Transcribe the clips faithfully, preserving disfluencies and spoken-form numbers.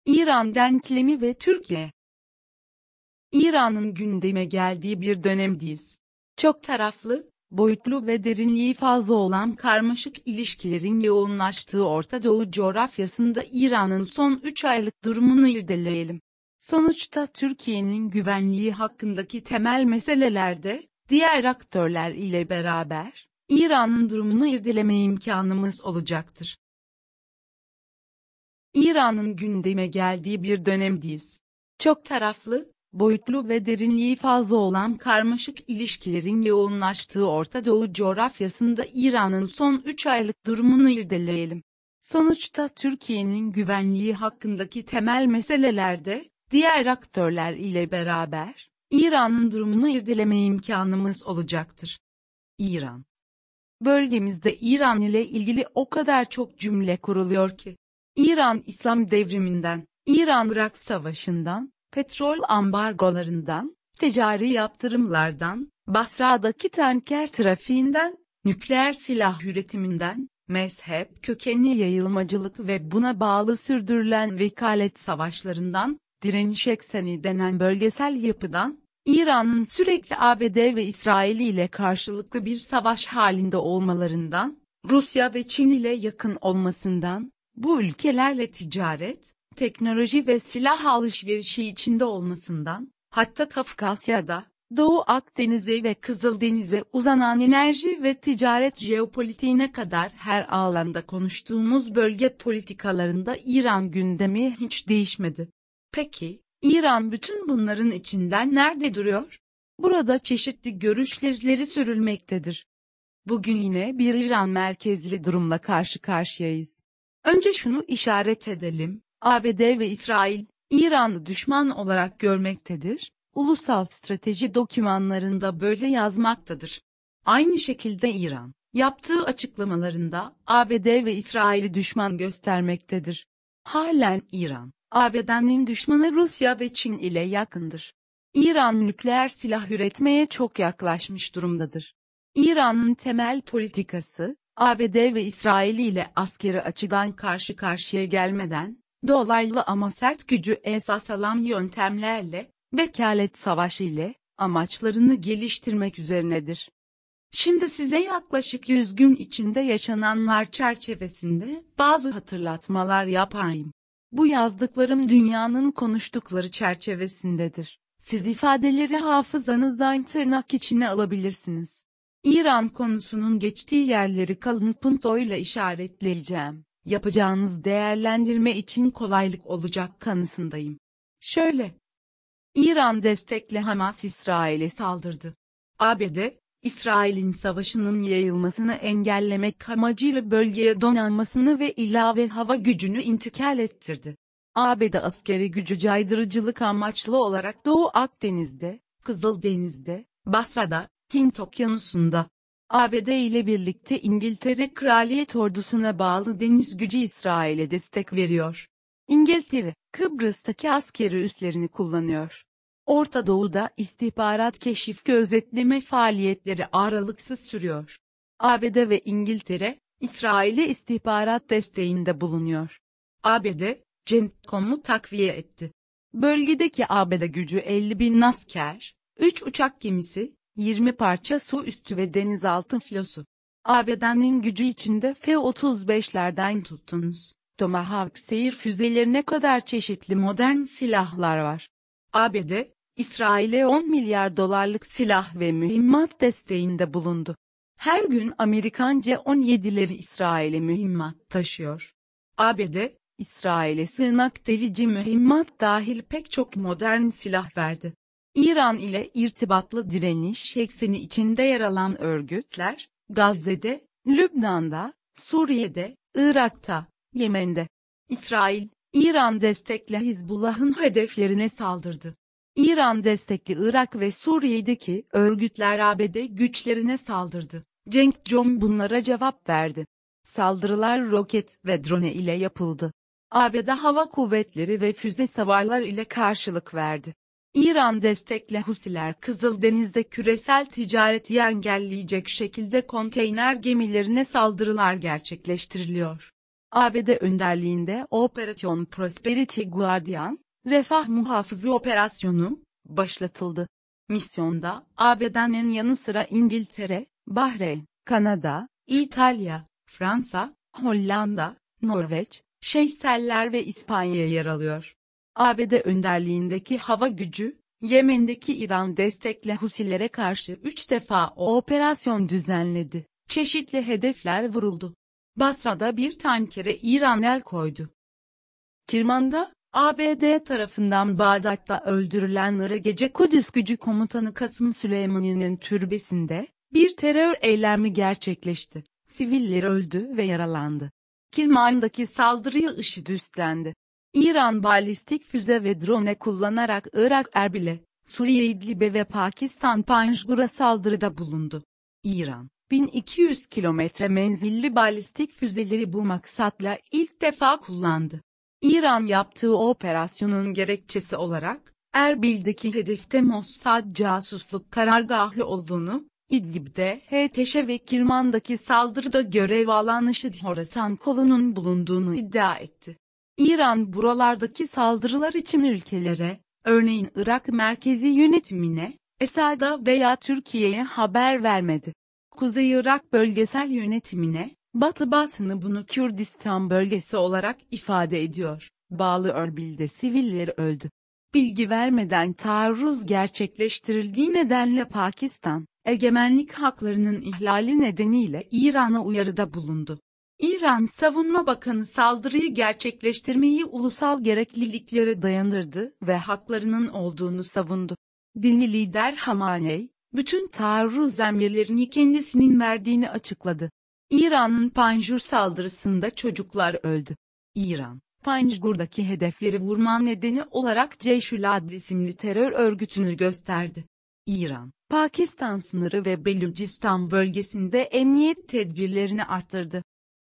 İran denklemi ve Türkiye. İran'ın gündeme geldiği bir dönemdeyiz. Çok taraflı, boyutlu ve derinliği fazla olan karmaşık ilişkilerin yoğunlaştığı Orta Doğu coğrafyasında İran'ın son üç aylık durumunu irdeleyelim. Sonuçta Türkiye'nin güvenliği hakkındaki temel meselelerde, diğer aktörler ile beraber, İran'ın durumunu irdeleme imkanımız olacaktır. İran'ın gündeme geldiği bir dönemdeyiz. Çok taraflı, boyutlu ve derinliği fazla olan karmaşık ilişkilerin yoğunlaştığı Orta Doğu coğrafyasında İran'ın son üç aylık durumunu irdeleyelim. Sonuçta Türkiye'nin güvenliği hakkındaki temel meselelerde, diğer aktörler ile beraber, İran'ın durumunu irdeleme imkanımız olacaktır. İran. Bölgemizde İran ile ilgili o kadar çok cümle kuruluyor ki, İran İslam devriminden, İran-Irak savaşından, petrol ambargolarından, ticari yaptırımlardan, Basra'daki tanker trafiğinden, nükleer silah üretiminden, mezhep kökenli yayılmacılık ve buna bağlı sürdürülen vekalet savaşlarından, direniş ekseni denen bölgesel yapıdan, İran'ın sürekli A B D ve İsrail ile karşılıklı bir savaş halinde olmalarından, Rusya ve Çin ile yakın olmasından, bu ülkelerle ticaret, teknoloji ve silah alışverişi içinde olmasından, hatta Kafkasya'da, Doğu Akdeniz'e ve Kızıldeniz'e uzanan enerji ve ticaret jeopolitiğine kadar her alanda konuştuğumuz bölge politikalarında İran gündemi hiç değişmedi. Peki, İran bütün bunların içinden nerede duruyor? Burada çeşitli görüşleri sürülmektedir. Bugün yine bir İran merkezli durumla karşı karşıyayız. Önce şunu işaret edelim, A B D ve İsrail, İran'ı düşman olarak görmektedir, ulusal strateji dokümanlarında böyle yazmaktadır. Aynı şekilde İran, yaptığı açıklamalarında A B D ve İsrail'i düşman göstermektedir. Halen İran, A B D'nin düşmanı Rusya ve Çin ile yakındır. İran nükleer silah üretmeye çok yaklaşmış durumdadır. İran'ın temel politikası, A B D ve İsrail ile askeri açıdan karşı karşıya gelmeden, dolaylı ama sert gücü esas alan yöntemlerle, vekalet savaşı ile, amaçlarını geliştirmek üzerinedir. Şimdi size yaklaşık yüz gün içinde yaşananlar çerçevesinde bazı hatırlatmalar yapayım. Bu yazdıklarım dünyanın konuştukları çerçevesindedir. Siz ifadeleri hafızanızdan tırnak içine alabilirsiniz. İran konusunun geçtiği yerleri kalın puntoyla işaretleyeceğim. Yapacağınız değerlendirme için kolaylık olacak kanısındayım. Şöyle. İran destekli Hamas İsrail'e saldırdı. A B D, İsrail'in savaşının yayılmasını engellemek amacıyla bölgeye donanmasını ve ilave hava gücünü intikal ettirdi. A B D askeri gücü caydırıcılık amaçlı olarak Doğu Akdeniz'de, Kızıldeniz'de, Basra'da, Hint Okyanusu'nda, A B D ile birlikte İngiltere Kraliyet Ordusu'na bağlı deniz gücü İsrail'e destek veriyor. İngiltere, Kıbrıs'taki askeri üslerini kullanıyor. Orta Doğu'da istihbarat keşif gözetleme faaliyetleri aralıksız sürüyor. A B D ve İngiltere, İsrail'e istihbarat desteğinde bulunuyor. A B D, CENTCOM'u takviye etti. Bölgedeki A B D gücü elli bin asker, üç uçak gemisi, yirmi parça su üstü ve denizaltı filosu. A B D'nin gücü içinde F otuz beşlerden tuttunuz, Tomahawk seyir füzelerine kadar çeşitli modern silahlar var. A B D, İsrail'e on milyar dolarlık silah ve mühimmat desteğinde bulundu. Her gün Amerikan C on yedileri İsrail'e mühimmat taşıyor. A B D, İsrail'e sığınak delici mühimmat dahil pek çok modern silah verdi. İran ile irtibatlı direniş ekseni içinde yer alan örgütler, Gazze'de, Lübnan'da, Suriye'de, Irak'ta, Yemen'de. İsrail, İran destekli Hizbullah'ın hedeflerine saldırdı. İran destekli Irak ve Suriye'deki örgütler A B D güçlerine saldırdı. CENTCOM bunlara cevap verdi. Saldırılar roket ve drone ile yapıldı. A B D hava kuvvetleri ve füze savarlar ile karşılık verdi. İran destekli Husiler Kızıldeniz'de küresel ticareti engelleyecek şekilde konteyner gemilerine saldırılar gerçekleştiriliyor. A B D önderliğinde Operasyon Prosperity Guardian, Refah Muhafızı Operasyonu, başlatıldı. Misyonda, A B D'nin yanı sıra İngiltere, Bahreyn, Kanada, İtalya, Fransa, Hollanda, Norveç, Seyşeller ve İspanya yer alıyor. A B D önderliğindeki hava gücü, Yemen'deki İran destekli Husilere karşı üç defa operasyon düzenledi. Çeşitli hedefler vuruldu. Basra'da bir tankere İran el koydu. Kirman'da, A B D tarafından Bağdat'ta öldürülen Irak Gece Kudüs Gücü Komutanı Kasım Süleyman'ın türbesinde, bir terör eylemi gerçekleşti. Siviller öldü ve yaralandı. Kirman'daki saldırıya IŞİD üstlendi. İran balistik füze ve drone kullanarak Irak Erbil'e, Suriye İdlib'e ve Pakistan Panjgur'a saldırıda bulundu. İran, bin iki yüz kilometre menzilli balistik füzeleri bu maksatla ilk defa kullandı. İran yaptığı operasyonun gerekçesi olarak, Erbil'deki hedefte Mossad casusluk karargahı olduğunu, İdlib'de H T Ş ve Kirman'daki saldırıda görev alan IŞİD Horasan kolunun bulunduğunu iddia etti. İran buralardaki saldırılar için ülkelere, örneğin Irak Merkezi Yönetimine, Esad'a veya Türkiye'ye haber vermedi. Kuzey Irak Bölgesel Yönetimine, Batı basını bunu Kürdistan bölgesi olarak ifade ediyor. Bağlı Erbil'de siviller öldü. Bilgi vermeden taarruz gerçekleştirildiği nedenle Pakistan, egemenlik haklarının ihlali nedeniyle İran'a uyarıda bulundu. İran Savunma Bakanı saldırıyı gerçekleştirmeyi ulusal gerekliliklere dayandırdı ve haklarının olduğunu savundu. Dinli lider Hamaney, bütün taarruz emirlerini kendisinin verdiğini açıkladı. İran'ın Panjgur saldırısında çocuklar öldü. İran, Panjgur'daki hedefleri vurma nedeni olarak Ceyşül Adl isimli terör örgütünü gösterdi. İran, Pakistan sınırı ve Belucistan bölgesinde emniyet tedbirlerini arttırdı.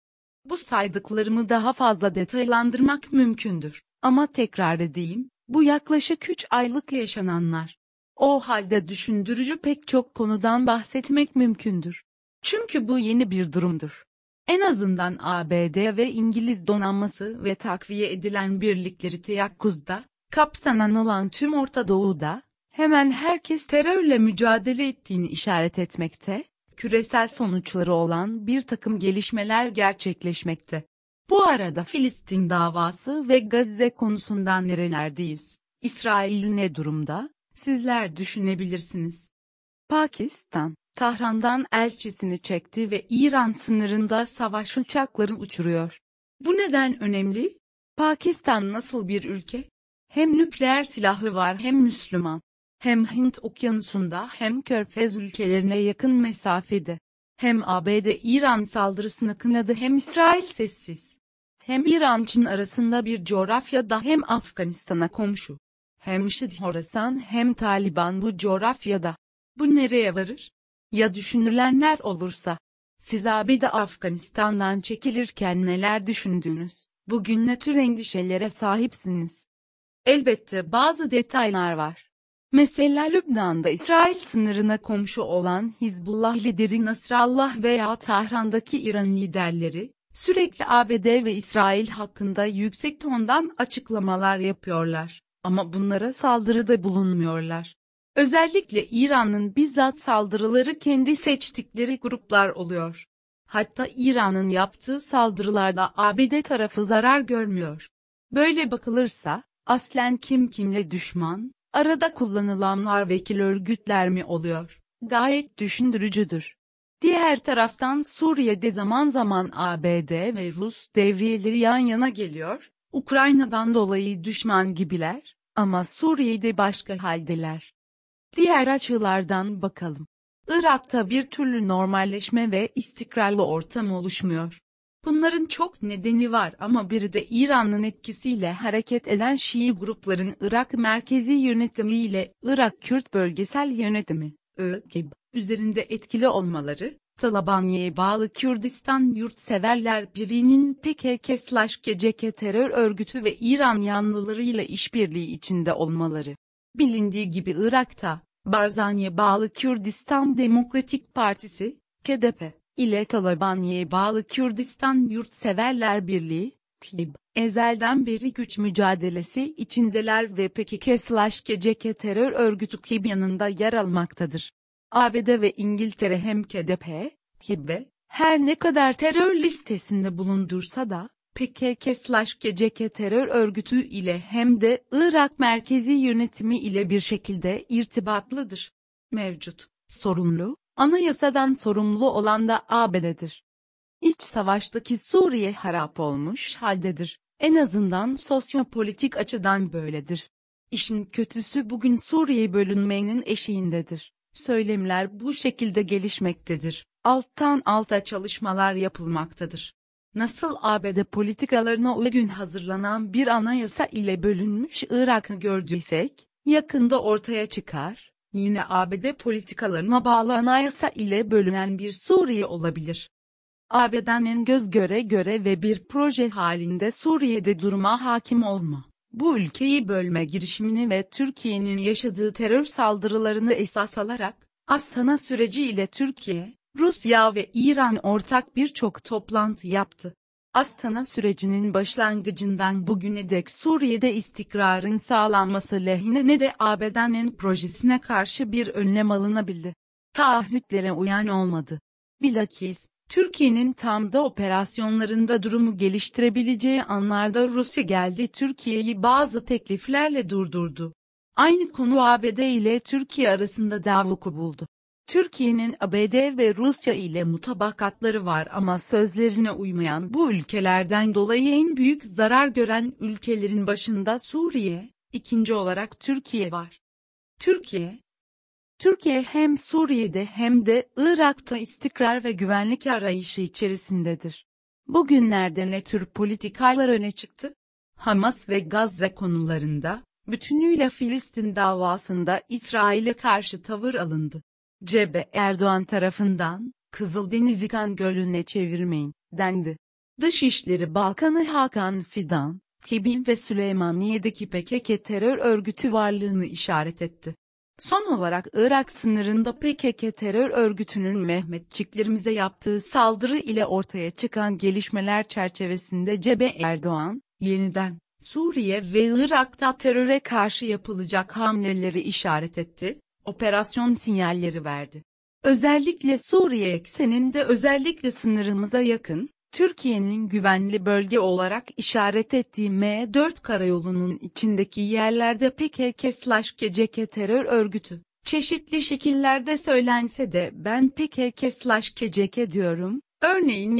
Bu saydıklarımı daha fazla detaylandırmak mümkündür, ama tekrar edeyim, bu yaklaşık üç aylık yaşananlar. O halde düşündürücü pek çok konudan bahsetmek mümkündür. Çünkü bu yeni bir durumdur. En azından A B D ve İngiliz donanması ve takviye edilen birlikleri teyakkuzda, kapsanan olan tüm Orta Doğu'da, hemen herkes terörle mücadele ettiğini işaret etmekte, küresel sonuçları olan bir takım gelişmeler gerçekleşmekte. Bu arada Filistin davası ve Gazze konusundan nerelerdeyiz? İsrail ne durumda? Sizler düşünebilirsiniz. Pakistan, Tahran'dan elçisini çekti ve İran sınırında savaş uçakları uçuruyor. Bu neden önemli? Pakistan nasıl bir ülke? Hem nükleer silahı var hem Müslüman. Hem Hint Okyanusu'nda hem Körfez ülkelerine yakın mesafede. Hem A B D İran saldırısını kınadı hem İsrail sessiz. Hem İran-Çin arasında bir coğrafyada hem Afganistan'a komşu. Hem IŞİD Horasan hem Taliban bu coğrafyada. Bu nereye varır? Ya düşünülenler olursa? Siz A B D Afganistan'dan çekilirken neler düşündünüz? Bugün ne tür endişelere sahipsiniz? Elbette bazı detaylar var. Mesela Lübnan'da İsrail sınırına komşu olan Hizbullah lideri Nasrallah veya Tahran'daki İran liderleri, sürekli A B D ve İsrail hakkında yüksek tondan açıklamalar yapıyorlar, ama bunlara saldırıda bulunmuyorlar. Özellikle İran'ın bizzat saldırıları kendi seçtikleri gruplar oluyor. Hatta İran'ın yaptığı saldırılarda A B D tarafı zarar görmüyor. Böyle bakılırsa, aslen kim kimle düşman, arada kullanılanlar vekil örgütler mi oluyor? Gayet düşündürücüdür. Diğer taraftan Suriye'de zaman zaman A B D ve Rus devriyeleri yan yana geliyor, Ukrayna'dan dolayı düşman gibiler, ama Suriye'de başka haldeler. Diğer açılardan bakalım. Irak'ta bir türlü normalleşme ve istikrarlı ortam oluşmuyor. Bunların çok nedeni var ama biri de İran'ın etkisiyle hareket eden Şii grupların Irak Merkezi Yönetimi ile Irak Kürt Bölgesel Yönetimi, I K B, üzerinde etkili olmaları, Taliban'a bağlı Kürdistan Yurtseverler Birliği'nin P K K/G C K terör örgütü ve İran yanlılarıyla işbirliği içinde olmaları. Bilindiği gibi Irak'ta, Barzani'ye bağlı Kürdistan Demokratik Partisi, K D P, ile Talabani'ye bağlı Kürdistan Yurtseverler Birliği, K İ B, ezelden beri güç mücadelesi içindeler ve P K K/P C K terör örgütü K İ B yanında yer almaktadır. A B D ve İngiltere hem K D P, K İ B, her ne kadar terör listesinde bulundursa da, P K K/P C K terör örgütü ile hem de Irak merkezi yönetimi ile bir şekilde irtibatlıdır. Mevcut, sorumlu, anayasadan sorumlu olan da A B D'dir. İç savaştaki Suriye harap olmuş haldedir. En azından sosyopolitik açıdan böyledir. İşin kötüsü bugün Suriye bölünmenin eşiğindedir. Söylemler bu şekilde gelişmektedir. Alttan alta çalışmalar yapılmaktadır. Nasıl A B D politikalarına uygun hazırlanan bir anayasa ile bölünmüş Irak'ı gördüysek, yakında ortaya çıkar, yine A B D politikalarına bağlı anayasa ile bölünen bir Suriye olabilir. A B D'nin göz göre göre ve bir proje halinde Suriye'de duruma hakim olma, bu ülkeyi bölme girişimini ve Türkiye'nin yaşadığı terör saldırılarını esas alarak, Astana süreci ile Türkiye, Rusya ve İran ortak birçok toplantı yaptı. Astana sürecinin başlangıcından bugüne dek Suriye'de istikrarın sağlanması lehine ne de A B D'nin projesine karşı bir önlem alınabildi. Taahhütlere uyan olmadı. Bilakis, Türkiye'nin tam da operasyonlarında durumu geliştirebileceği anlarda Rusya geldi Türkiye'yi bazı tekliflerle durdurdu. Aynı konu A B D ile Türkiye arasında da vuku buldu. Türkiye'nin A B D ve Rusya ile mutabakatları var ama sözlerine uymayan bu ülkelerden dolayı en büyük zarar gören ülkelerin başında Suriye, ikinci olarak Türkiye var. Türkiye, Türkiye hem Suriye'de hem de Irak'ta istikrar ve güvenlik arayışı içerisindedir. Bugünlerde ne tür politikalar öne çıktı? Hamas ve Gazze konularında, bütünüyle Filistin davasında İsrail'e karşı tavır alındı. Recep Erdoğan tarafından, Kızıldeniz'i kan gölüne çevirmeyin, dendi. Dışişleri Bakanı Hakan Fidan, K İ B ve Süleymaniye'deki P K K terör örgütü varlığını işaret etti. Son olarak Irak sınırında P K K terör örgütünün Mehmetçiklerimize yaptığı saldırı ile ortaya çıkan gelişmeler çerçevesinde Recep Erdoğan, yeniden, Suriye ve Irak'ta teröre karşı yapılacak hamleleri işaret etti, operasyon sinyalleri verdi. Özellikle Suriye ekseninde özellikle sınırımıza yakın, Türkiye'nin güvenli bölge olarak işaret ettiği M dört karayolunun içindeki yerlerde P K K/P C K terör örgütü, çeşitli şekillerde söylense de ben P K K/P C K diyorum, örneğin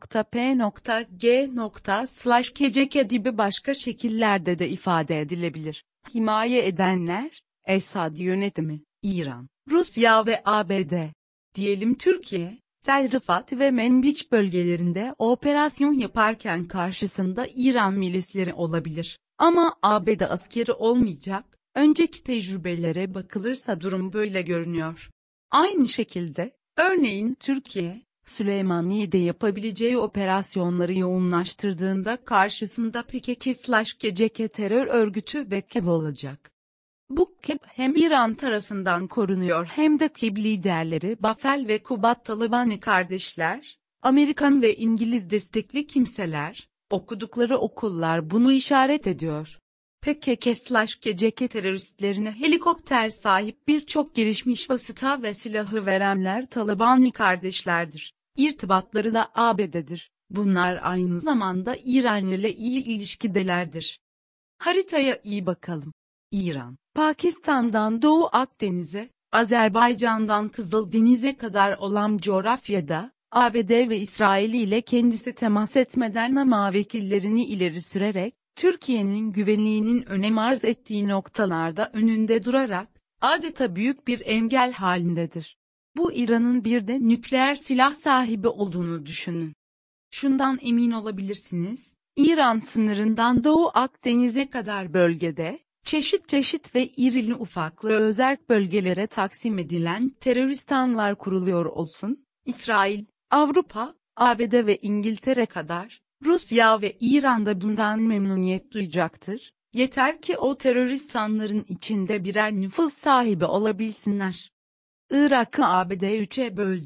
Y.P.G.P C K gibi başka şekillerde de ifade edilebilir. Himaye edenler, Esad yönetimi, İran, Rusya ve A B D. Diyelim Türkiye, Tel Rifat ve Menbiç bölgelerinde operasyon yaparken karşısında İran milisleri olabilir. Ama A B D askeri olmayacak. Önceki tecrübelere bakılırsa durum böyle görünüyor. Aynı şekilde, örneğin Türkiye, Süleymaniye'de yapabileceği operasyonları yoğunlaştırdığında karşısında P K K/P C K terör örgütü ve K E B olacak. Bu K E B hem İran tarafından korunuyor hem de K İ B liderleri Bafel ve Kubat Talabani kardeşler, Amerikan ve İngiliz destekli kimseler, okudukları okullar bunu işaret ediyor. P K K/P C K teröristlerine helikopter sahip birçok gelişmiş vasıta ve silahı verenler Talabani kardeşlerdir. İrtibatları da A B D'dir. Bunlar aynı zamanda İran ile iyi ilişkidelerdir. Haritaya iyi bakalım. İran, Pakistan'dan Doğu Akdeniz'e, Azerbaycan'dan Kızıldeniz'e kadar olan coğrafyada, A B D ve İsrail ile kendisi temas etmeden ama vekillerini ileri sürerek, Türkiye'nin güvenliğinin önem arz ettiği noktalarda önünde durarak, adeta büyük bir engel halindedir. Bu İran'ın bir de nükleer silah sahibi olduğunu düşünün. Şundan emin olabilirsiniz, İran sınırından Doğu Akdeniz'e kadar bölgede, çeşit çeşit ve irili ufaklı özerk bölgelere taksim edilen teröristanlar kuruluyor olsun, İsrail, Avrupa, A B D ve İngiltere kadar, Rusya ve İran da bundan memnuniyet duyacaktır, yeter ki o teröristanların içinde birer nüfus sahibi olabilsinler. Irak'ı A B D üçe böldü.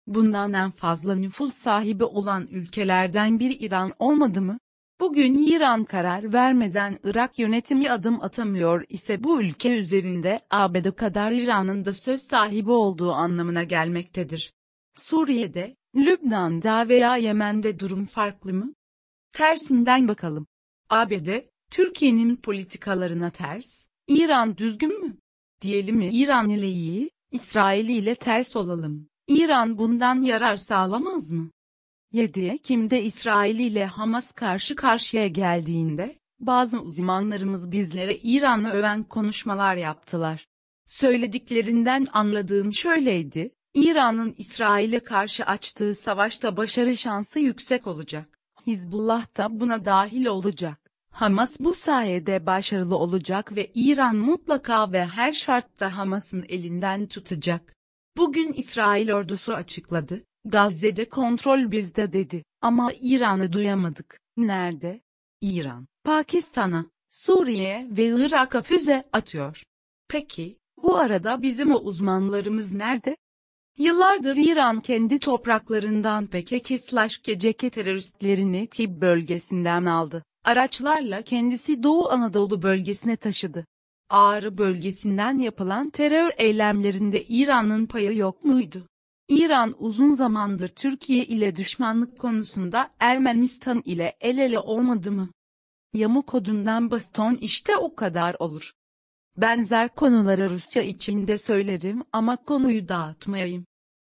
Bundan en fazla nüfus sahibi olan ülkelerden biri İran olmadı mı? Bugün İran karar vermeden Irak yönetimi adım atamıyor ise bu ülke üzerinde A B D kadar İran'ın da söz sahibi olduğu anlamına gelmektedir. Suriye'de, Lübnan'da veya Yemen'de durum farklı mı? Tersinden bakalım. A B D, Türkiye'nin politikalarına ters, İran düzgün mü? Diyelim mi İran ile iyi, İsrail ile ters olalım. İran bundan yarar sağlamaz mı? yedi Ekim'de İsrail ile Hamas karşı karşıya geldiğinde, bazı uzmanlarımız bizlere İran'ı öven konuşmalar yaptılar. Söylediklerinden anladığım şöyleydi, İran'ın İsrail'e karşı açtığı savaşta başarı şansı yüksek olacak. Hizbullah da buna dahil olacak. Hamas bu sayede başarılı olacak ve İran mutlaka ve her şartta Hamas'ın elinden tutacak. Bugün İsrail ordusu açıkladı, Gazze'de kontrol bizde dedi, ama İran'ı duyamadık. Nerede? İran, Pakistan'a, Suriye ve Irak'a füze atıyor. Peki, bu arada bizim o uzmanlarımız nerede? Yıllardır İran kendi topraklarından P K K/P C K teröristlerini Kib bölgesinden aldı. Araçlarla kendisi Doğu Anadolu bölgesine taşıdı. Ağrı bölgesinden yapılan terör eylemlerinde İran'ın payı yok muydu? İran uzun zamandır Türkiye ile düşmanlık konusunda Ermenistan ile el ele olmadı mı? Yamuk odundan baston işte o kadar olur. Benzer konuları Rusya için de söylerim ama konuyu dağıtmayayım.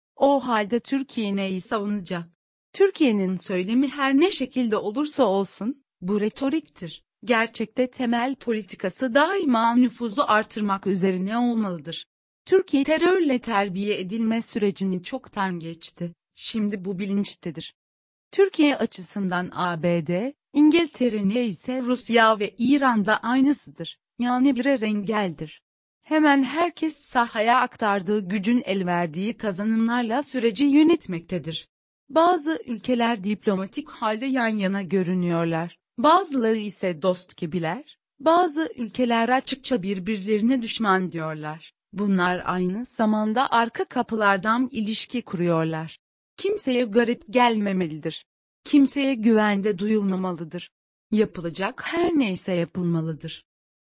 O halde Türkiye neyi savunacak? Türkiye'nin söylemi her ne şekilde olursa olsun, bu retoriktir. Gerçekte temel politikası daima nüfuzu artırmak üzerine olmalıdır. Türkiye terörle terbiye edilme sürecini çoktan geçti. Şimdi bu bilinçtedir. Türkiye açısından A B D, İngiltere neyse Rusya ve İran'da aynısıdır. Yani birer engeldir. Hemen herkes sahaya aktardığı gücün elverdiği kazanımlarla süreci yönetmektedir. Bazı ülkeler diplomatik halde yan yana görünüyorlar. Bazıları ise dost gibiler. Bazı ülkeler açıkça birbirlerine düşman diyorlar. Bunlar aynı zamanda arka kapılardan ilişki kuruyorlar. Kimseye garip gelmemelidir. Kimseye güvende duyulmamalıdır. Yapılacak her neyse yapılmalıdır.